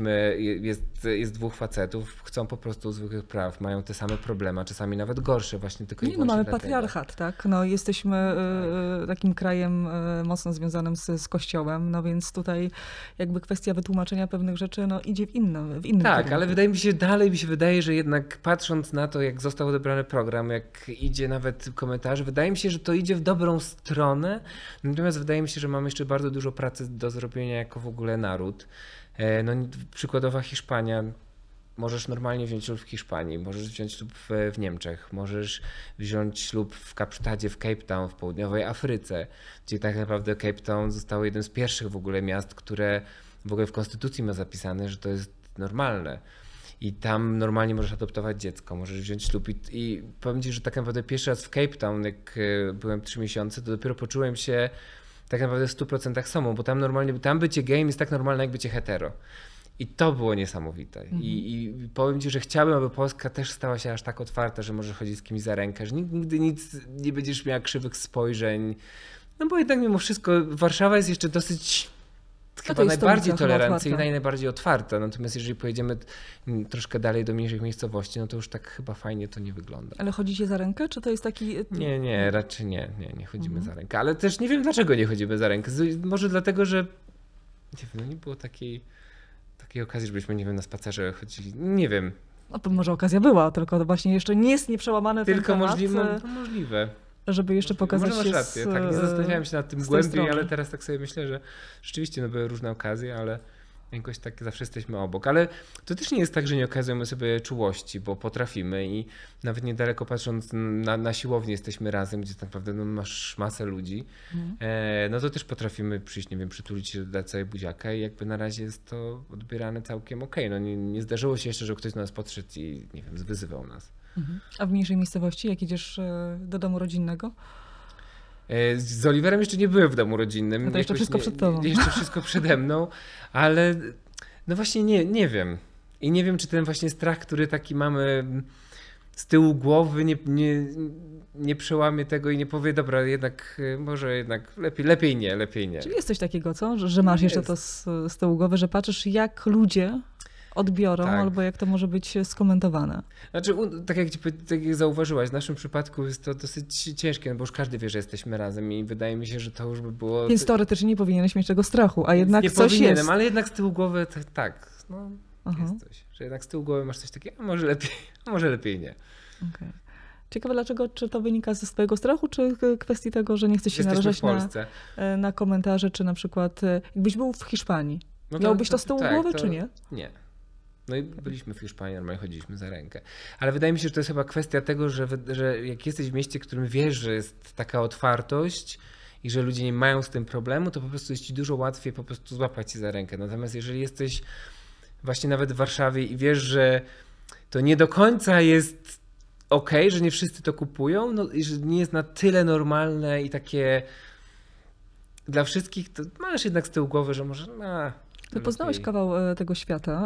jest dwóch facetów, chcą po prostu zwykłych praw, mają te same problemy, a czasami nawet gorsze właśnie tylko i wyłącznie mamy dlatego. patriarchat, tak? No, jesteśmy takim krajem mocno związanym z Kościołem, no więc tutaj jakby kwestia wytłumaczenia pewnych rzeczy idzie w innym Tak, kierunku. ale dalej mi się wydaje, że jednak patrząc na to, jak został odebrany program, jak idzie nawet komentarze, wydaje mi się, że to idzie w dobrą stronę, natomiast wydaje mi się, że mamy jeszcze bardzo dużo pracy do zrobienia jako w ogóle naród. No, przykładowa Hiszpania, możesz normalnie wziąć ślub w Hiszpanii, możesz wziąć ślub w Niemczech, możesz wziąć ślub w Kapsztadzie, w Cape Town, w południowej Afryce, gdzie tak naprawdę Cape Town zostało jednym z pierwszych w ogóle miast, które w ogóle w konstytucji ma zapisane, że to jest normalne. I tam normalnie możesz adoptować dziecko, możesz wziąć ślub i powiem ci, że tak naprawdę pierwszy raz w Cape Town, jak byłem 3 miesiące, to dopiero poczułem się tak naprawdę w 100% sobą, bo tam bycie gejem jest tak normalne, jak bycie hetero. I to było niesamowite. I powiem ci, że chciałbym, aby Polska też stała się aż tak otwarta, że może chodzić z kimś za rękę, że nigdy nic nie będziesz miała krzywych spojrzeń. No bo jednak mimo wszystko Warszawa jest jeszcze dosyć chyba najbardziej tolerancyjna i najbardziej otwarta. Natomiast jeżeli pojedziemy troszkę dalej do mniejszych miejscowości, no to już tak chyba fajnie to nie wygląda. Ale chodzicie za rękę, czy to jest taki... Nie, raczej nie chodzimy za rękę. Ale też nie wiem, dlaczego nie chodzimy za rękę. Może dlatego, że nie wiem, nie było takiej okazji, żebyśmy, nie wiem, na spacerze chodzili. Nie wiem. No to może okazja była, tylko to właśnie jeszcze nie jest nieprzełamane ten tylko temat. możliwe. Żeby jeszcze pokazać może masz rację, tak, nie zastanawiałem się nad tym głębiej, ale teraz tak sobie myślę, że rzeczywiście były różne okazje, ale jakoś tak zawsze jesteśmy obok. Ale to też nie jest tak, że nie okazujemy sobie czułości, bo potrafimy i nawet niedaleko patrząc na siłownię jesteśmy razem, gdzie tak naprawdę masz masę ludzi, no to też potrafimy przyjść, nie wiem, przytulić się, dać sobie buziaka i jakby na razie jest to odbierane całkiem okej. No nie zdarzyło się jeszcze, że ktoś do nas podszedł i nie wiem, wyzywał nas. A w mniejszej miejscowości, jak idziesz do domu rodzinnego? Z Oliverem jeszcze nie byłem w domu rodzinnym. No to jeszcze wszystko przed tobą. Jeszcze wszystko przede mną, ale no właśnie nie wiem. I nie wiem, czy ten właśnie strach, który taki mamy z tyłu głowy, nie przełamie tego i nie powie, dobra, może jednak lepiej nie. Czyli jest coś takiego, co? Że masz jeszcze to z tyłu głowy, że patrzysz, jak ludzie odbiorą, tak, albo jak to może być skomentowane. Znaczy, tak jak zauważyłaś, w naszym przypadku jest to dosyć ciężkie, bo już każdy wie, że jesteśmy razem i wydaje mi się, że to już by było... Więc teoretycznie nie powinieneś mieć tego strachu, a jednak nie coś powinienem, jest. Ale jednak z tyłu głowy tak, no jest coś, że jednak z tyłu głowy masz coś takiego, a może lepiej nie. Okay. Ciekawe dlaczego, czy to wynika ze swojego strachu, czy kwestii tego, że nie chcesz się narażać na komentarze, czy na przykład jakbyś był w Hiszpanii, no miałbyś to z tyłu głowy, czy nie? Nie. No i byliśmy w Hiszpanii, normalnie chodziliśmy za rękę. Ale wydaje mi się, że to jest chyba kwestia tego, że jak jesteś w mieście, w którym wiesz, że jest taka otwartość i że ludzie nie mają z tym problemu, to po prostu jest ci dużo łatwiej po prostu złapać się za rękę. Natomiast jeżeli jesteś właśnie nawet w Warszawie i wiesz, że to nie do końca jest okej, że nie wszyscy to kupują, no i że nie jest na tyle normalne i takie dla wszystkich, to masz jednak z tyłu głowy, że może Ty poznałeś kawał tego świata,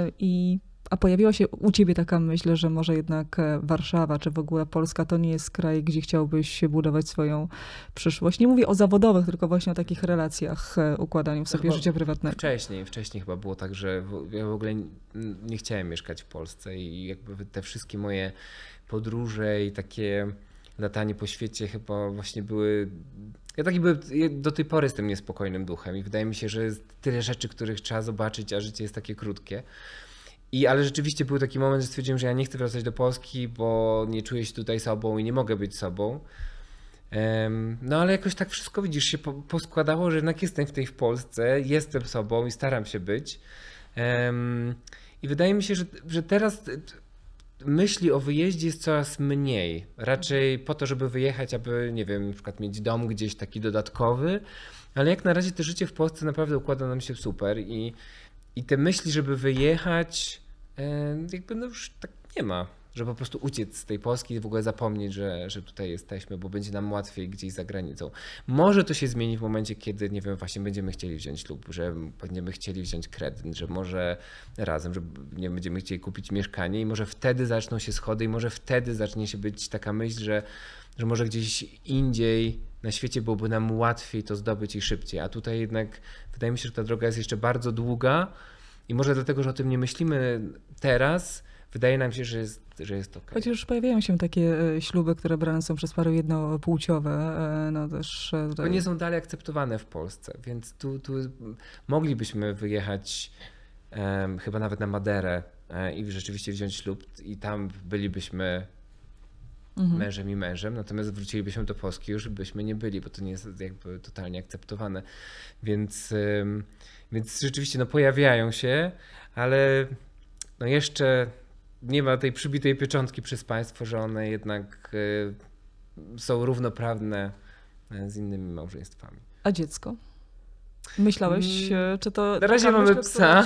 a pojawiła się u ciebie taka myśl, że może jednak Warszawa, czy w ogóle Polska to nie jest kraj, gdzie chciałbyś budować swoją przyszłość. Nie mówię o zawodowych, tylko właśnie o takich relacjach, układaniu sobie życia prywatnego. Wcześniej chyba było tak, że ja w ogóle nie chciałem mieszkać w Polsce i jakby te wszystkie moje podróże i takie latanie po świecie chyba właśnie były... Ja do tej pory jestem niespokojnym duchem i wydaje mi się, że jest tyle rzeczy, których trzeba zobaczyć, a życie jest takie krótkie. Ale rzeczywiście był taki moment, że stwierdziłem, że ja nie chcę wracać do Polski, bo nie czuję się tutaj sobą i nie mogę być sobą. No ale jakoś tak wszystko, widzisz, się poskładało, że jednak jestem w Polsce, jestem sobą i staram się być. I wydaje mi się, że teraz myśli o wyjeździe jest coraz mniej. Raczej po to, żeby wyjechać, aby, nie wiem, na przykład mieć dom gdzieś taki dodatkowy, ale jak na razie to życie w Polsce naprawdę układa nam się super i te myśli, żeby wyjechać, jakby no już tak nie ma. Że po prostu uciec z tej Polski i w ogóle zapomnieć, że tutaj jesteśmy, bo będzie nam łatwiej gdzieś za granicą. Może to się zmieni w momencie, kiedy, nie wiem, właśnie będziemy chcieli wziąć ślub, że będziemy chcieli wziąć kredyt, że może razem, że nie będziemy chcieli kupić mieszkanie i może wtedy zaczną się schody i może wtedy zacznie się być taka myśl, że może gdzieś indziej na świecie byłoby nam łatwiej to zdobyć i szybciej. A tutaj jednak wydaje mi się, że ta droga jest jeszcze bardzo długa i może dlatego, że o tym nie myślimy teraz, wydaje nam się, że jest okej. Chociaż już pojawiają się takie śluby, które brane są przez pary jednopłciowe, no też... To nie są dalej akceptowane w Polsce, więc tu moglibyśmy wyjechać chyba nawet na Maderę i rzeczywiście wziąć ślub i tam bylibyśmy mężem i mężem, natomiast wrócilibyśmy do Polski, już byśmy nie byli, bo to nie jest jakby totalnie akceptowane. Więc rzeczywiście no, pojawiają się, ale no jeszcze nie ma tej przybitej pieczątki przez państwo, że one jednak są równoprawne z innymi małżeństwami. A dziecko? Myślałeś, czy to... Na razie mamy psa.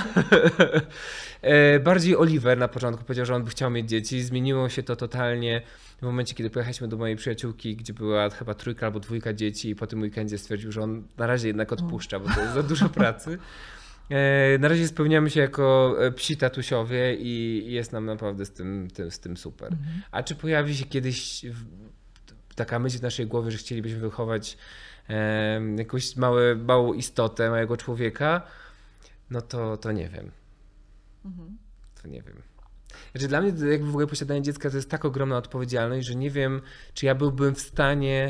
Bardziej Oliver na początku powiedział, że on by chciał mieć dzieci. Zmieniło się to totalnie w momencie, kiedy pojechaliśmy do mojej przyjaciółki, gdzie była chyba 3 albo 2 dzieci i po tym weekendzie stwierdził, że on na razie jednak odpuszcza, bo to jest za dużo pracy. Na razie spełniamy się jako psi tatusiowie i jest nam naprawdę z tym super. A czy pojawi się kiedyś taka myśl w naszej głowie, że chcielibyśmy wychować jakąś małą istotę, małego człowieka, no to nie wiem. To nie wiem. Znaczy dla mnie jakby w ogóle posiadanie dziecka to jest tak ogromna odpowiedzialność, że nie wiem, czy ja byłbym w stanie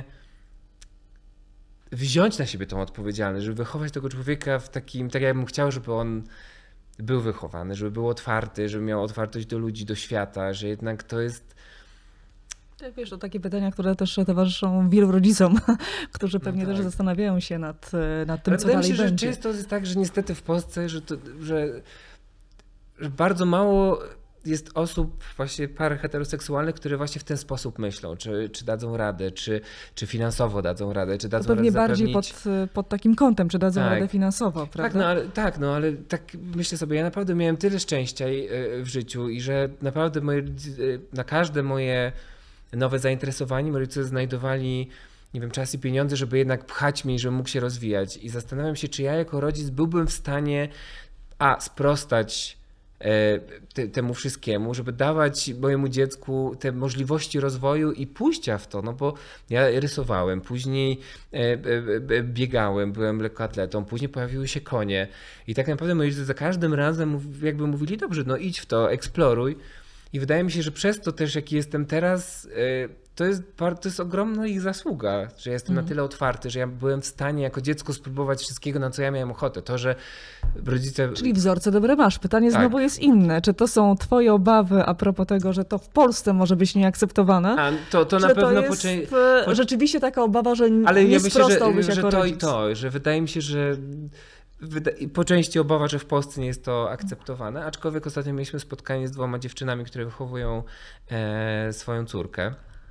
wziąć na siebie tą odpowiedzialność, żeby wychować tego człowieka w takim, tak jakbym chciał, żeby on był wychowany, żeby był otwarty, żeby miał otwartość do ludzi, do świata, że jednak to jest... Wiesz, to takie pytania, które też towarzyszą wielu rodzicom, którzy pewnie też zastanawiają się nad tym, ale co dalej się, będzie. Że często jest tak, że niestety w Polsce, że bardzo mało jest osób, właśnie par heteroseksualnych, które właśnie w ten sposób myślą, czy dadzą radę, czy finansowo dadzą radę, czy dadzą to pewnie radę bardziej pod takim kątem, czy dadzą radę finansowo, prawda? Ale tak myślę sobie, ja naprawdę miałem tyle szczęścia w życiu i że naprawdę na każde moje nowe zainteresowanie moi rodzice znajdowali, nie wiem, czas i pieniądze, żeby jednak pchać mnie, żebym mógł się rozwijać. I zastanawiam się, czy ja jako rodzic byłbym w stanie sprostać temu wszystkiemu, żeby dawać mojemu dziecku te możliwości rozwoju i pójścia w to, no bo ja rysowałem, później biegałem, byłem lekkoatletą, później pojawiły się konie i tak naprawdę moi rodzice za każdym razem jakby mówili, dobrze, no idź w to, eksploruj. I wydaje mi się, że przez to też, jaki jestem teraz, to jest ogromna ich zasługa, że jestem na tyle otwarty, że ja byłem w stanie jako dziecko spróbować wszystkiego, na co ja miałem ochotę. To, że rodzice... Czyli wzorce dobre masz. Pytanie znowu jest inne. Czy to są twoje obawy a propos tego, że to w Polsce może być nieakceptowane? To na pewno to jest rzeczywiście taka obawa, że ale nie ja myślę, sprostałbyś że jako to rodzic. i to, że wydaje mi się, że po części obawa, że w Polsce nie jest to akceptowane, aczkolwiek ostatnio mieliśmy spotkanie z 2 dziewczynami, które wychowują swoją córkę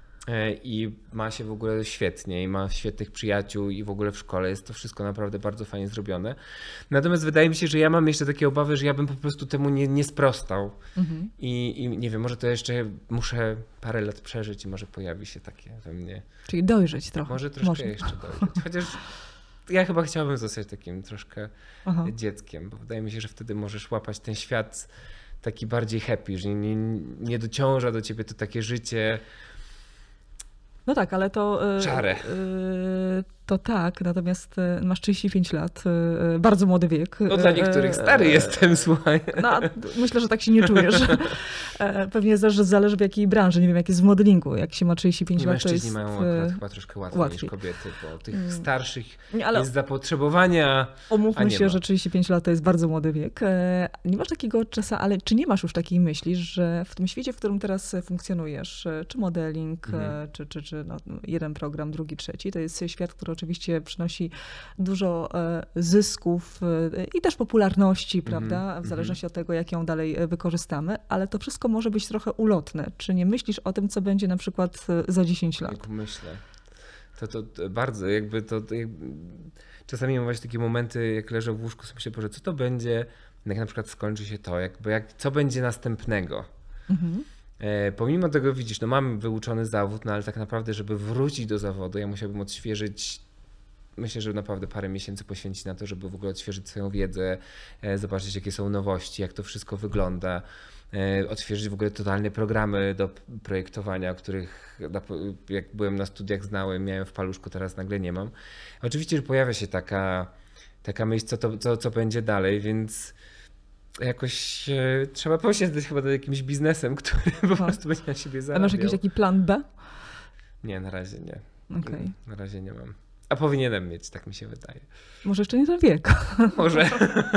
i ma się w ogóle świetnie i ma świetnych przyjaciół i w ogóle w szkole jest to wszystko naprawdę bardzo fajnie zrobione. Natomiast wydaje mi się, że ja mam jeszcze takie obawy, że ja bym po prostu temu nie sprostał i nie wiem, może to jeszcze muszę parę lat przeżyć i może pojawi się takie we mnie. Czyli dojrzeć trochę. Może troszkę jeszcze dojrzeć, chociaż ja chyba chciałbym zostać takim troszkę dzieckiem, bo wydaje mi się, że wtedy możesz łapać ten świat taki bardziej happy, że nie dociąża do ciebie to takie życie. No tak, ale to... Szare. To tak, natomiast masz 35 lat, bardzo młody wiek. No dla niektórych stary jestem, słuchaj. No, myślę, że tak się nie czujesz. Pewnie też zależy w jakiej branży, nie wiem, jak jest w modelingu. Jak się ma 35 lat, to jest... Mężczyźni mają akurat chyba troszkę łatwiej niż kobiety, bo tych starszych jest zapotrzebowania, Umówmy się, że 35 lat to jest bardzo młody wiek. Nie masz takiego czasu, ale czy nie masz już takiej myśli, że w tym świecie, w którym teraz funkcjonujesz, czy modeling, czy no, jeden program, drugi, trzeci, to jest świat, który oczywiście przynosi dużo zysków i też popularności, prawda? W zależności od tego, jak ją dalej wykorzystamy, ale to wszystko może być trochę ulotne. Czy nie myślisz o tym, co będzie na przykład za 10 lat? Jak myślę. To bardzo, czasami mam właśnie takie momenty, jak leżę w łóżku, sobie myślę, Boże, co to będzie, jak na przykład skończy się to, co będzie następnego. Pomimo tego, widzisz, no mam wyuczony zawód, no ale tak naprawdę, żeby wrócić do zawodu, ja musiałbym odświeżyć, myślę, że naprawdę parę miesięcy poświęcić na to, żeby w ogóle odświeżyć swoją wiedzę, zobaczyć, jakie są nowości, jak to wszystko wygląda, odświeżyć w ogóle totalne programy do projektowania, których jak byłem na studiach znałem, miałem w paluszku, teraz nagle nie mam. Oczywiście, że pojawia się taka myśl, co będzie dalej, więc jakoś trzeba posiadać chyba nad jakimś biznesem, który po prostu będzie na siebie zarabiał. A masz jakiś taki plan B? Nie, na razie nie. Okay. Na razie nie mam. A powinienem mieć, tak mi się wydaje. Może jeszcze nie ten wiek. Może.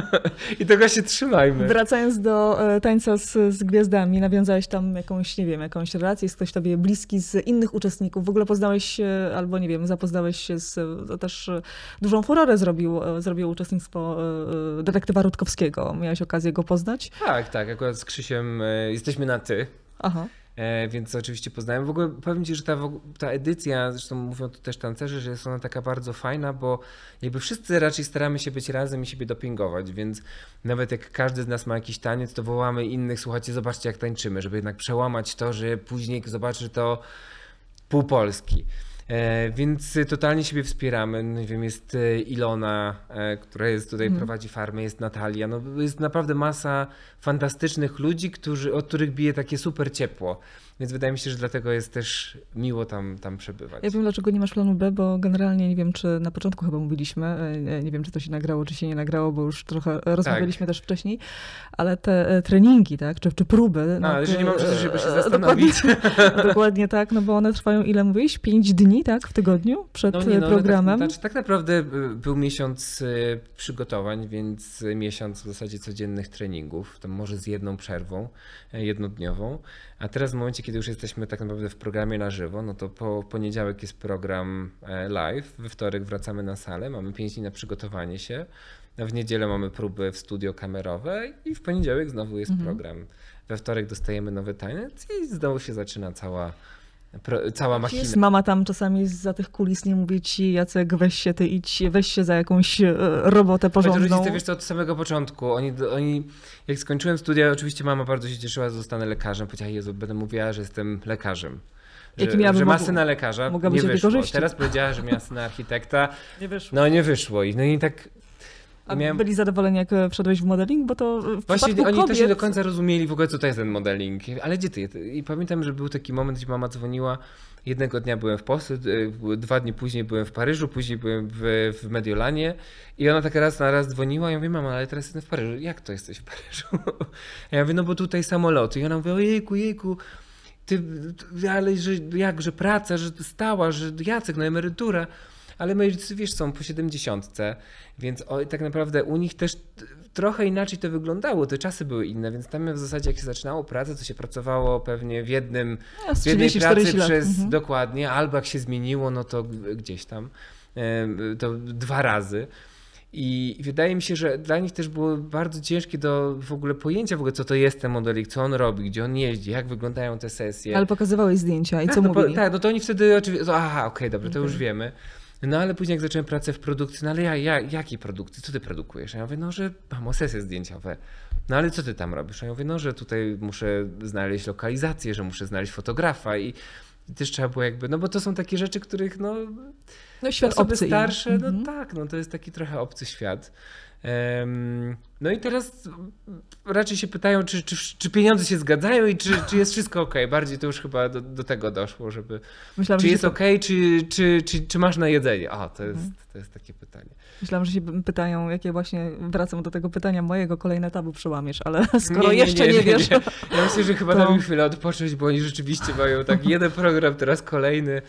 I tego się trzymajmy. Wracając do tańca z gwiazdami, nawiązałeś tam jakąś, nie wiem, jakąś relację, jest ktoś tobie bliski z innych uczestników. W ogóle poznałeś się, albo nie wiem, zapoznałeś się to też dużą furorę zrobiło uczestnictwo detektywa Rutkowskiego. Miałeś okazję go poznać? Tak. Akurat z Krzysiem jesteśmy na ty. Aha. Więc oczywiście poznałem. W ogóle powiem ci, że ta edycja, zresztą mówią to też tancerze, że jest ona taka bardzo fajna, bo jakby wszyscy raczej staramy się być razem i siebie dopingować, więc nawet jak każdy z nas ma jakiś taniec, to wołamy innych, słuchajcie, zobaczcie jak tańczymy, żeby jednak przełamać to, że później zobaczy to pół Polski. Więc totalnie siebie wspieramy. Nie wiem, jest Ilona, która jest tutaj, prowadzi farmę, jest Natalia. No, jest naprawdę masa fantastycznych ludzi, od których bije takie super ciepło. Więc wydaje mi się, że dlatego jest też miło tam przebywać. Ja wiem, dlaczego nie masz planu B, bo generalnie nie wiem, czy na początku chyba mówiliśmy, nie wiem, czy to się nagrało, czy się nie nagrało, bo już trochę rozmawialiśmy też wcześniej, ale te treningi, tak, czy próby. No, że nie mam czasu, żeby się zastanowić. Dokładnie tak, no bo one trwają, ile mówisz? 5 dni, tak, w tygodniu przed programem? Tak naprawdę był miesiąc przygotowań, więc miesiąc w zasadzie codziennych treningów, tam może z jedną przerwą, jednodniową. A teraz w momencie, kiedy już jesteśmy tak naprawdę w programie na żywo, no to w poniedziałek jest program live, we wtorek wracamy na salę, mamy 5 dni na przygotowanie się, w niedzielę mamy próby w studio kamerowe i w poniedziałek znowu jest program. We wtorek dostajemy nowy taniec i znowu się zaczyna cała machina. Jest mama tam czasami zza tych kulis nie mówi ci, Jacek, weź się ty idź, weź się za jakąś robotę porządną. Rodzice, wiesz co, od samego początku. Oni, jak skończyłem studia, oczywiście mama bardzo się cieszyła, że zostanę lekarzem. Powiedziała, Jezu, będę mówiła, że jestem lekarzem. Że ma syna lekarza, nie wyszło. Teraz powiedziała, że miała syna architekta. Nie wyszło. No nie wyszło. No i tak... A byli zadowoleni, jak wszedłeś w modeling? Bo to w właśnie przypadku oni kobiet... też nie do końca rozumieli w ogóle, co to jest ten modeling. Ale gdzie ty? I pamiętam, że był taki moment, gdzie mama dzwoniła. Jednego dnia byłem w Polsce, 2 dni później byłem w Paryżu, później byłem w Mediolanie i ona tak raz na raz dzwoniła i ja mówię, mama, ale teraz jestem w Paryżu. Jak to jesteś w Paryżu? A ja mówię, no bo tutaj samoloty. I ona mówi, ojejku, ale że praca, że stała, że Jacek, no emerytura. Ale moi rodzice, wiesz, są po 70, więc tak naprawdę u nich też trochę inaczej to wyglądało, te czasy były inne, więc tam w zasadzie jak się zaczynało pracę, to się pracowało pewnie w jednej pracy przez dokładnie, albo jak się zmieniło, no to gdzieś tam, to 2 razy. I wydaje mi się, że dla nich też było bardzo ciężkie do w ogóle pojęcia, co to jest ten modeling, co on robi, gdzie on jeździ, jak wyglądają te sesje. Ale pokazywałeś zdjęcia i co mówili? Tak, no to oni wtedy oczywiście, okej, dobra, to już wiemy. No ale później jak zacząłem pracę w produkcji, no ale jakiej produkcji, co ty produkujesz? A ja mówię, no że mam sesje zdjęciowe. No ale co ty tam robisz? A ja mówię, no że tutaj muszę znaleźć lokalizację, że muszę znaleźć fotografa i też trzeba było jakby, no bo to są takie rzeczy, których no No świat osoby obcy. starsze, no tak, no to jest taki trochę obcy świat. No i teraz raczej się pytają, czy pieniądze się zgadzają i czy jest wszystko okej. Bardziej to już chyba do tego doszło, żeby Myślałam, czy że jest się okej, czy masz na jedzenie. O, to jest takie pytanie. Myślałam, że się pytają, jakie właśnie, wracam do tego pytania mojego, kolejne tabu przełamiesz, ale skoro jeszcze nie wiesz... Ja myślę, że chyba to- dam im chwilę odpocząć, bo oni rzeczywiście mają tak jeden program, teraz kolejny.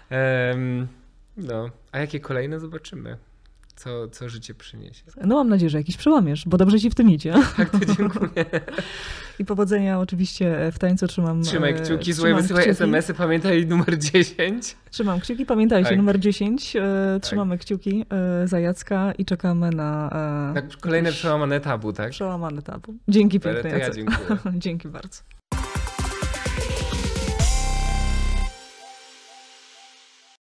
No, a jakie kolejne zobaczymy. Co życie przyniesie. No mam nadzieję, że jakiś przełamiesz, bo dobrze ci w tym idzie. Tak, to dziękuję. I powodzenia oczywiście w tańcu trzymam. Trzymaj kciuki, trzymam wysyłaj kciuki. SMS-y, pamiętaj numer 10. Trzymam kciuki, pamiętajcie, Tak. numer 10. Trzymamy kciuki za Jacka i czekamy na Tak, kolejne jakieś przełamane tabu, tak? przełamane tabu. Dzięki Ale piękne, to ja Jacek. dziękuję. Dzięki bardzo.